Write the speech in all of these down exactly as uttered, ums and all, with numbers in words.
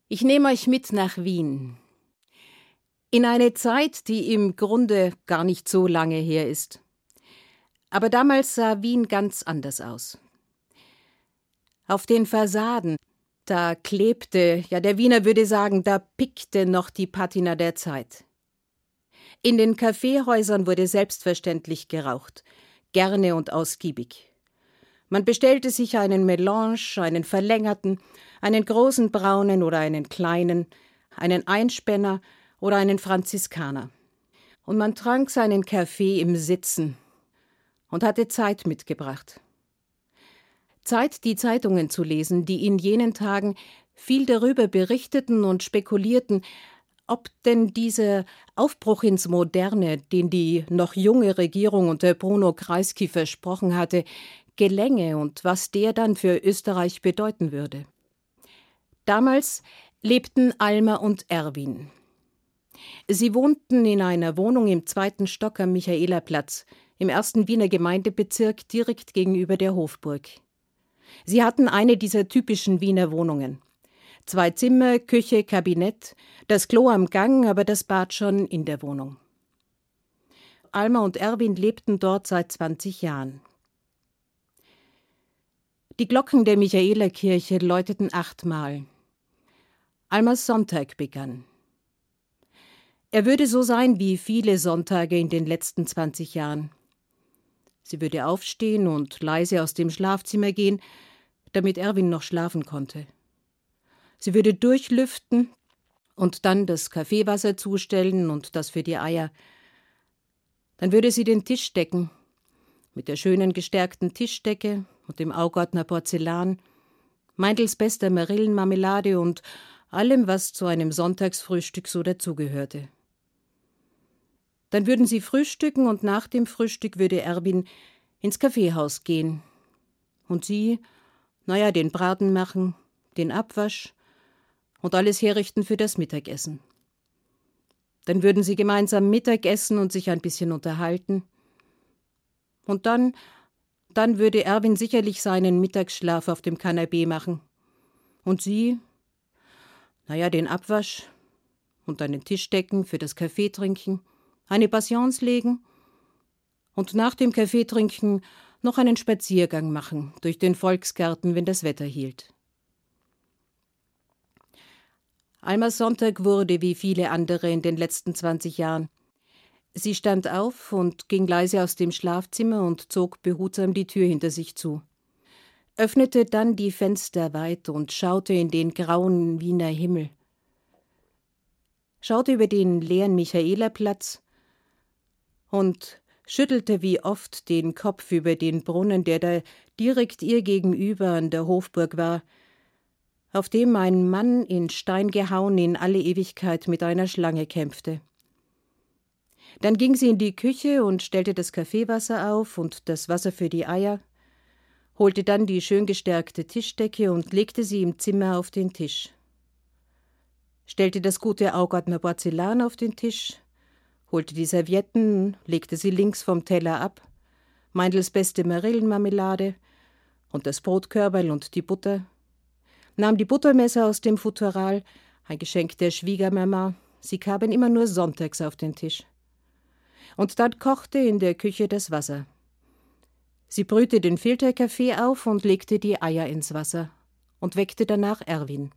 Ich nehme euch mit nach Wien. In eine Zeit, die im Grunde gar nicht so lange her ist. Aber damals sah Wien ganz anders aus. Auf den Fassaden, da klebte, ja der Wiener würde sagen, da pickte noch die Patina der Zeit. In den Kaffeehäusern wurde selbstverständlich geraucht, gerne und ausgiebig. Man bestellte sich einen Melange, einen verlängerten, einen großen braunen oder einen kleinen, einen Einspänner oder einen Franziskaner. Und man trank seinen Kaffee im Sitzen und hatte Zeit mitgebracht. Zeit, die Zeitungen zu lesen, die in jenen Tagen viel darüber berichteten und spekulierten, ob denn dieser Aufbruch ins Moderne, den die noch junge Regierung unter Bruno Kreisky versprochen hatte, gelänge und was der dann für Österreich bedeuten würde. Damals lebten Alma und Erwin. Sie wohnten in einer Wohnung im zweiten Stock am Michaelerplatz, im ersten Wiener Gemeindebezirk direkt gegenüber der Hofburg. Sie hatten eine dieser typischen Wiener Wohnungen. Zwei Zimmer, Küche, Kabinett, das Klo am Gang, aber das Bad schon in der Wohnung. Alma und Erwin lebten dort seit zwanzig Jahren. Die Glocken der Michaelerkirche läuteten achtmal. Almas Sonntag begann. Er würde so sein wie viele Sonntage in den letzten zwanzig Jahren. Sie würde aufstehen und leise aus dem Schlafzimmer gehen, damit Erwin noch schlafen konnte. Sie würde durchlüften und dann das Kaffeewasser zustellen und das für die Eier. Dann würde sie den Tisch decken, mit der schönen gestärkten Tischdecke und dem Augartner Porzellan, Meindls bester Marillenmarmelade und allem, was zu einem Sonntagsfrühstück so dazugehörte. Dann würden sie frühstücken und nach dem Frühstück würde Erwin ins Kaffeehaus gehen. Und sie, naja, den Braten machen, den Abwasch und alles herrichten für das Mittagessen. Dann würden sie gemeinsam Mittagessen und sich ein bisschen unterhalten. Und dann, dann würde Erwin sicherlich seinen Mittagsschlaf auf dem Kanapee machen. Und sie, naja, den Abwasch und einen Tischdecken für das Kaffeetrinken, eine Patience legen und nach dem Kaffeetrinken noch einen Spaziergang machen durch den Volksgarten, wenn das Wetter hielt. Almas Sonntag wurde wie viele andere in den letzten zwanzig Jahren. Sie stand auf und ging leise aus dem Schlafzimmer und zog behutsam die Tür hinter sich zu, öffnete dann die Fenster weit und schaute in den grauen Wiener Himmel, schaute über den leeren Michaelerplatz und schüttelte wie oft den Kopf über den Brunnen, der da direkt ihr gegenüber an der Hofburg war, auf dem ein Mann in Stein gehauen in alle Ewigkeit mit einer Schlange kämpfte. Dann ging sie in die Küche und stellte das Kaffeewasser auf und das Wasser für die Eier, holte dann die schön gestärkte Tischdecke und legte sie im Zimmer auf den Tisch. Stellte das gute Augartner Porzellan auf den Tisch, holte die Servietten, legte sie links vom Teller ab, Meindls beste Marillenmarmelade und das Brotkörberl und die Butter, nahm die Buttermesser aus dem Futteral, ein Geschenk der Schwiegermama, sie kamen immer nur sonntags auf den Tisch. Und dann kochte in der Küche das Wasser. Sie brühte den Filterkaffee auf und legte die Eier ins Wasser und weckte danach Erwin.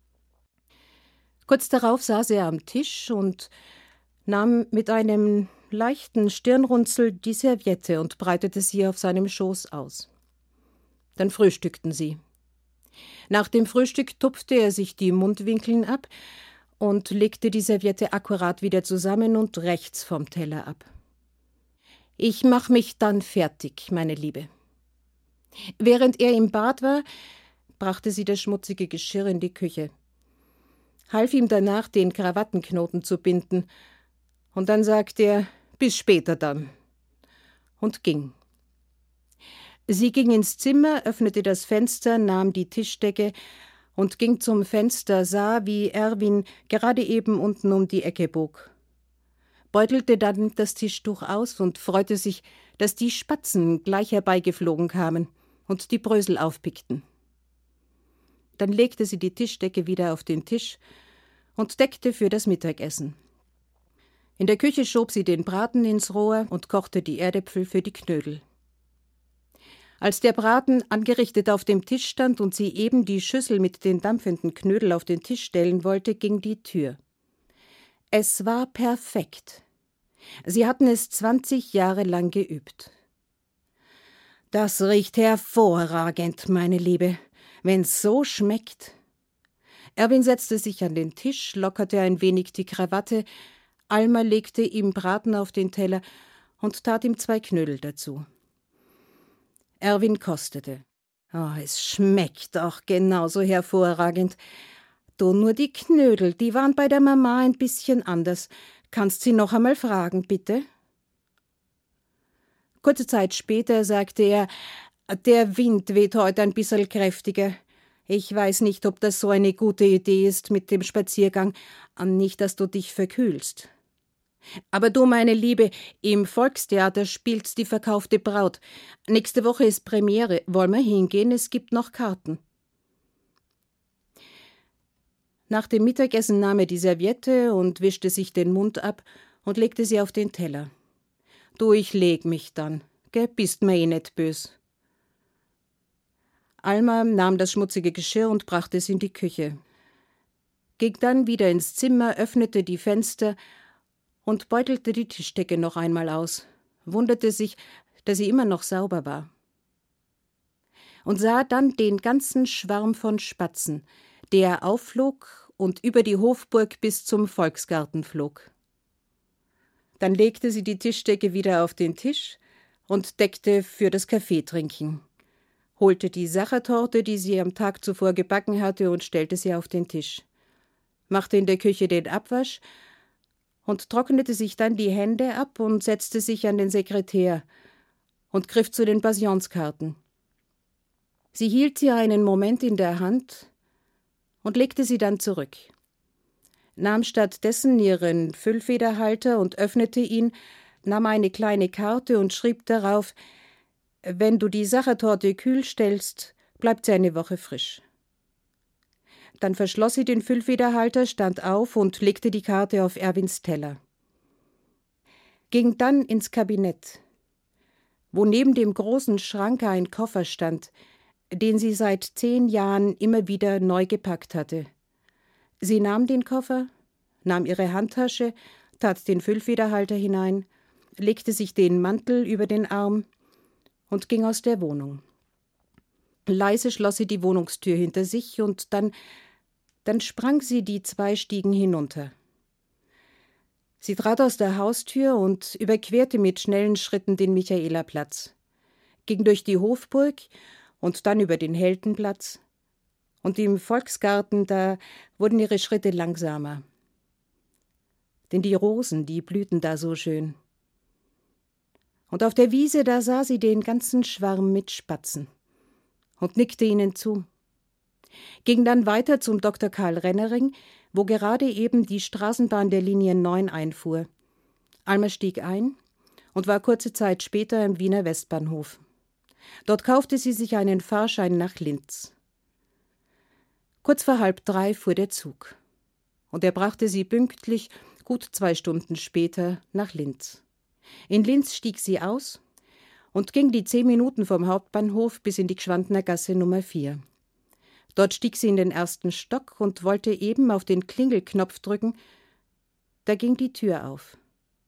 Kurz darauf saß er am Tisch und nahm mit einem leichten Stirnrunzel die Serviette und breitete sie auf seinem Schoß aus. Dann frühstückten sie. Nach dem Frühstück tupfte er sich die Mundwinkeln ab und legte die Serviette akkurat wieder zusammen und rechts vom Teller ab. »Ich mach mich dann fertig, meine Liebe.« Während er im Bad war, brachte sie das schmutzige Geschirr in die Küche, half ihm danach, den Krawattenknoten zu binden, und dann sagte er, »bis später dann«, und ging. Sie ging ins Zimmer, öffnete das Fenster, nahm die Tischdecke und ging zum Fenster, sah, wie Erwin gerade eben unten um die Ecke bog, beutelte dann das Tischtuch aus und freute sich, dass die Spatzen gleich herbeigeflogen kamen und die Brösel aufpickten. Dann legte sie die Tischdecke wieder auf den Tisch und deckte für das Mittagessen. In der Küche schob sie den Braten ins Rohr und kochte die Erdäpfel für die Knödel. Als der Braten angerichtet auf dem Tisch stand und sie eben die Schüssel mit den dampfenden Knödel auf den Tisch stellen wollte, ging die Tür. Es war perfekt. Sie hatten es zwanzig Jahre lang geübt. »Das riecht hervorragend, meine Liebe, wenn's so schmeckt.« Erwin setzte sich an den Tisch, lockerte ein wenig die Krawatte, Alma legte ihm Braten auf den Teller und tat ihm zwei Knödel dazu. Erwin kostete. »Oh, es schmeckt doch genauso hervorragend. Du, nur die Knödel, die waren bei der Mama ein bisschen anders. Kannst sie noch einmal fragen, bitte?« Kurze Zeit später sagte er, »Der Wind weht heute ein bisschen kräftiger. Ich weiß nicht, ob das so eine gute Idee ist mit dem Spaziergang. Nicht, dass du dich verkühlst.« »Aber du, meine Liebe, im Volkstheater spielt's die verkaufte Braut. Nächste Woche ist Premiere. Wollen wir hingehen? Es gibt noch Karten.« Nach dem Mittagessen nahm er die Serviette und wischte sich den Mund ab und legte sie auf den Teller. »Du, ich leg mich dann. Gell, bist mir eh nicht bös.« Alma nahm das schmutzige Geschirr und brachte es in die Küche. Ging dann wieder ins Zimmer, öffnete die Fenster und beutelte die Tischdecke noch einmal aus, wunderte sich, dass sie immer noch sauber war. Und sah dann den ganzen Schwarm von Spatzen, der aufflog und über die Hofburg bis zum Volksgarten flog. Dann legte sie die Tischdecke wieder auf den Tisch und deckte für das Kaffeetrinken, holte die Sachertorte, die sie am Tag zuvor gebacken hatte, und stellte sie auf den Tisch, machte in der Küche den Abwasch und trocknete sich dann die Hände ab und setzte sich an den Sekretär und griff zu den Passionskarten. Sie hielt sie einen Moment in der Hand und legte sie dann zurück, nahm stattdessen ihren Füllfederhalter und öffnete ihn, nahm eine kleine Karte und schrieb darauf: »Wenn du die Sachertorte kühl stellst, bleibt sie eine Woche frisch.« Dann verschloss sie den Füllfederhalter, stand auf und legte die Karte auf Erwins Teller. Ging dann ins Kabinett, wo neben dem großen Schrank ein Koffer stand, den sie seit zehn Jahren immer wieder neu gepackt hatte. Sie nahm den Koffer, nahm ihre Handtasche, tat den Füllfederhalter hinein, legte sich den Mantel über den Arm und ging aus der Wohnung. Leise schloss sie die Wohnungstür hinter sich und dann, dann sprang sie die zwei Stiegen hinunter. Sie trat aus der Haustür und überquerte mit schnellen Schritten den Michaelerplatz, ging durch die Hofburg und dann über den Heldenplatz, und im Volksgarten, da wurden ihre Schritte langsamer. Denn die Rosen, die blühten da so schön. Und auf der Wiese, da sah sie den ganzen Schwarm mit Spatzen und nickte ihnen zu. Ging dann weiter zum Doktor Karl Rennering, wo gerade eben die Straßenbahn der Linie neun einfuhr. Alma stieg ein und war kurze Zeit später im Wiener Westbahnhof. Dort kaufte sie sich einen Fahrschein nach Linz. Kurz vor halb drei fuhr der Zug, und er brachte sie pünktlich, gut zwei Stunden später, nach Linz. In Linz stieg sie aus und ging die zehn Minuten vom Hauptbahnhof bis in die Gschwandner Gasse Nummer vier. Dort stieg sie in den ersten Stock und wollte eben auf den Klingelknopf drücken. Da ging die Tür auf.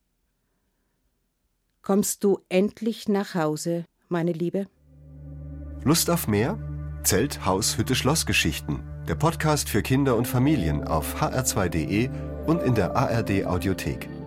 »Kommst du endlich nach Hause, meine Liebe?« Lust auf mehr? Zelt, Haus, Hütte, Schlossgeschichten. Der Podcast für Kinder und Familien auf h r zwei punkt d e und in der A R D Audiothek.